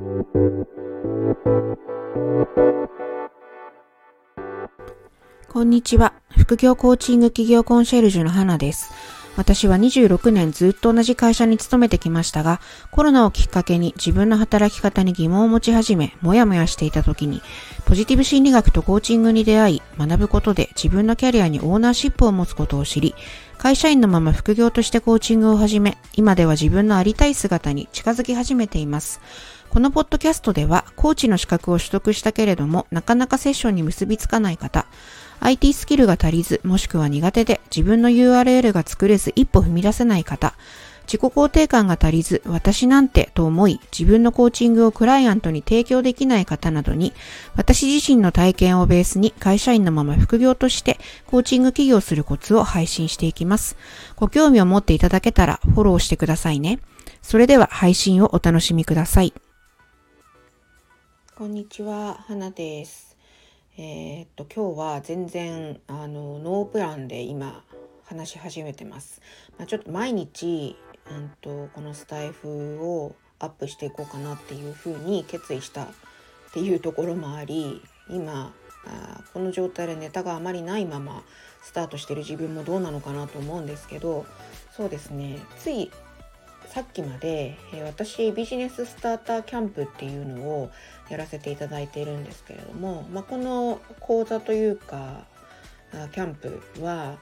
こんにちは。副業コーチング企業コンシェルジュの花です。私は26年ずっと同じ会社に勤めてきましたが、コロナをきっかけに自分の働き方に疑問を持ち始め、もやもやしていた時に、ポジティブ心理学とコーチングに出会い、学ぶことで自分のキャリアにオーナーシップを持つことを知り、会社員のまま副業としてコーチングを始め、今では自分のありたい姿に近づき始めています。このポッドキャストでは、コーチの資格を取得したけれども、なかなかセッションに結びつかない方、IT スキルが足りず、もしくは苦手で自分の URL が作れず一歩踏み出せない方、自己肯定感が足りず、私なんてと思い、自分のコーチングをクライアントに提供できない方などに、私自身の体験をベースに会社員のまま副業としてコーチング起業するコツを配信していきます。ご興味を持っていただけたらフォローしてくださいね。それでは配信をお楽しみください。こんにちは、花です。今日は全然ノープランで今話し始めてます。ちょっと毎日このスタイフをアップしていこうかなっていうふうに決意したっていうところもあり、今この状態でネタがあまりないままスタートしてる自分もどうなのかなと思うんですけど、そうですね、ついさっきまで私ビジネススターターキャンプっていうのをやらせていただいているんですけれども、この講座というかキャンプは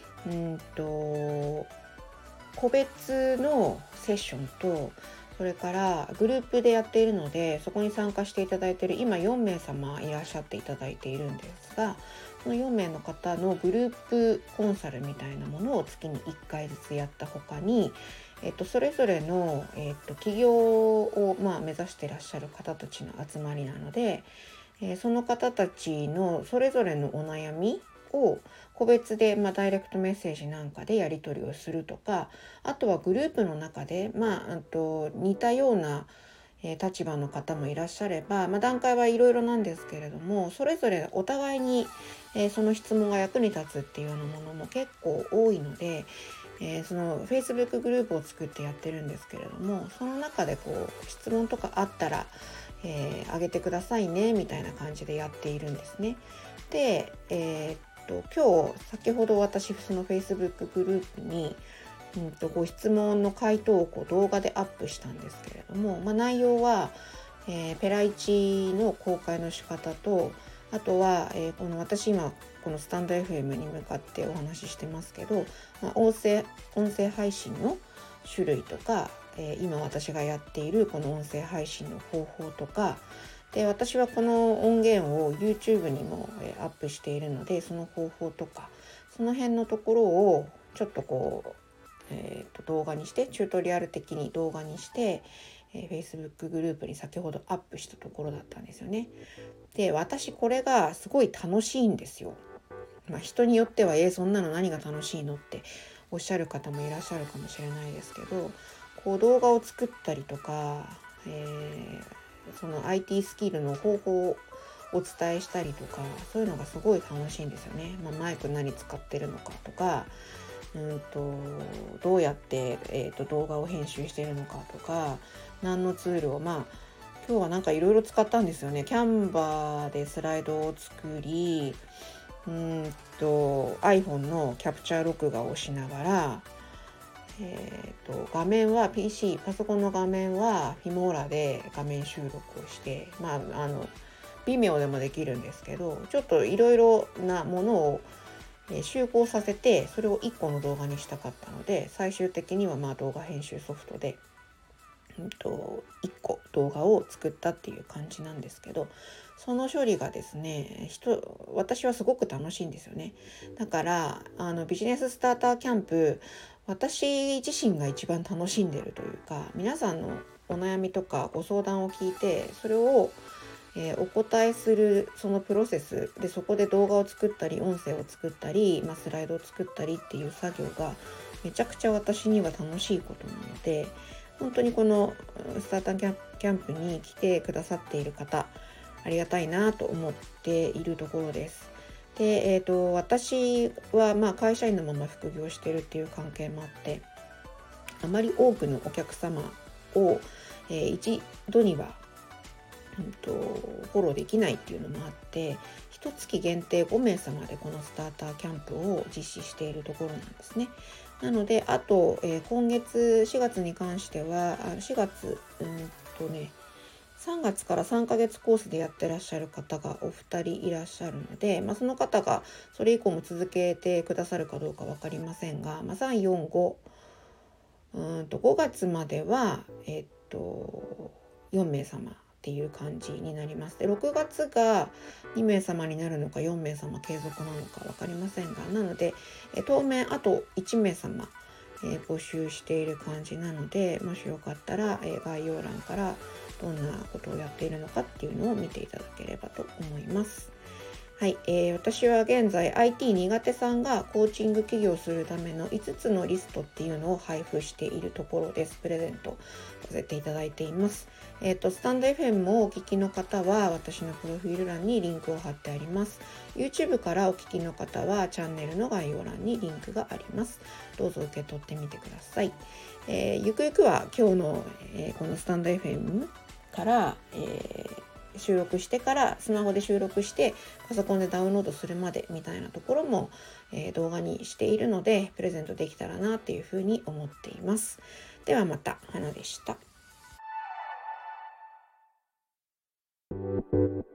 個別のセッションと、それからグループでやっているので、そこに参加していただいている今4名様いらっしゃっていただいているんですが、その4名の方のグループコンサルみたいなものを月に1回ずつやった他に、それぞれの、企業を、目指していらっしゃる方たちの集まりなので、その方たちのそれぞれのお悩みを個別で、ダイレクトメッセージなんかでやり取りをするとか、あとはグループの中で、似たような立場の方もいらっしゃれば、段階はいろいろなんですけれども、それぞれお互いに、その質問が役に立つっていうようなものも結構多いので、その Facebook グループを作ってやってるんですけれども、その中で質問とかあったら、あげてくださいねみたいな感じでやっているんですね。で、今日先ほど私その Facebook グループにご質問の回答を動画でアップしたんですけれども、内容は、ペライチの公開の仕方と、あとは、私今このスタンド FM に向かってお話ししてますけど、音声配信の種類とか、今私がやっているこの音声配信の方法とかで、私はこの音源を YouTube にも、アップしているので、その方法とかその辺のところをちょっと動画にして、チュートリアル的に動画にして、Facebook グループに先ほどアップしたところだったんですよね。で、私これがすごい楽しいんですよ。人によってはそんなの何が楽しいのっておっしゃる方もいらっしゃるかもしれないですけど、動画を作ったりとか、その IT スキルの方法をお伝えしたりとか、そういうのがすごい楽しいんですよね。マイク何使ってるのかとか、どうやって、動画を編集しているのかとか、何のツールを今日はなんかいろいろ使ったんですよね。キャンバーでスライドを作り、iPhone のキャプチャー録画をしながら、画面は パソコンの画面はフィモーラで画面収録をして、微妙でもできるんですけど、ちょっといろいろなものを集合させて、それを1個の動画にしたかったので、最終的には動画編集ソフトで1個動画を作ったっていう感じなんですけど、その処理がですね、私はすごく楽しいんですよね。だからビジネススターターキャンプ、私自身が一番楽しんでるというか、皆さんのお悩みとかご相談を聞いて、それをお答えするそのプロセスで、そこで動画を作ったり音声を作ったり、スライドを作ったりっていう作業がめちゃくちゃ私には楽しいことなので、本当にこのスターターキャンプに来てくださっている方、ありがたいなと思っているところです。で、私は会社員のまま副業してるっていう関係もあって、あまり多くのお客様を、一度にはフォローできないっていうのもあって、1月限定5名様でこのスターターキャンプを実施しているところなんですね。なので、あと、今月4月に関しては、4月、3月から3ヶ月コースでやってらっしゃる方がお二人いらっしゃるので、その方がそれ以降も続けてくださるかどうか分かりませんが、3、4、5、5月までは、4名様っていう感じになります。で、6月が2名様になるのか4名様継続なのか分かりませんが、なので、当面あと1名様、募集している感じなので、もしよかったら、概要欄からどんなことをやっているのかっていうのを見ていただければと思います。はい、私は現在 IT 苦手さんがコーチング起業するための5つのリストっていうのを配布しているところです。プレゼントさせていただいています。スタンド FM もお聞きの方は私のプロフィール欄にリンクを貼ってあります。YouTube からお聞きの方はチャンネルの概要欄にリンクがあります。どうぞ受け取ってみてください。ゆくゆくは今日の、このスタンド FM から、収録してからスマホで収録してパソコンでダウンロードするまでみたいなところも、動画にしているのでプレゼントできたらなっていうふうに思っています。ではまた。花でした。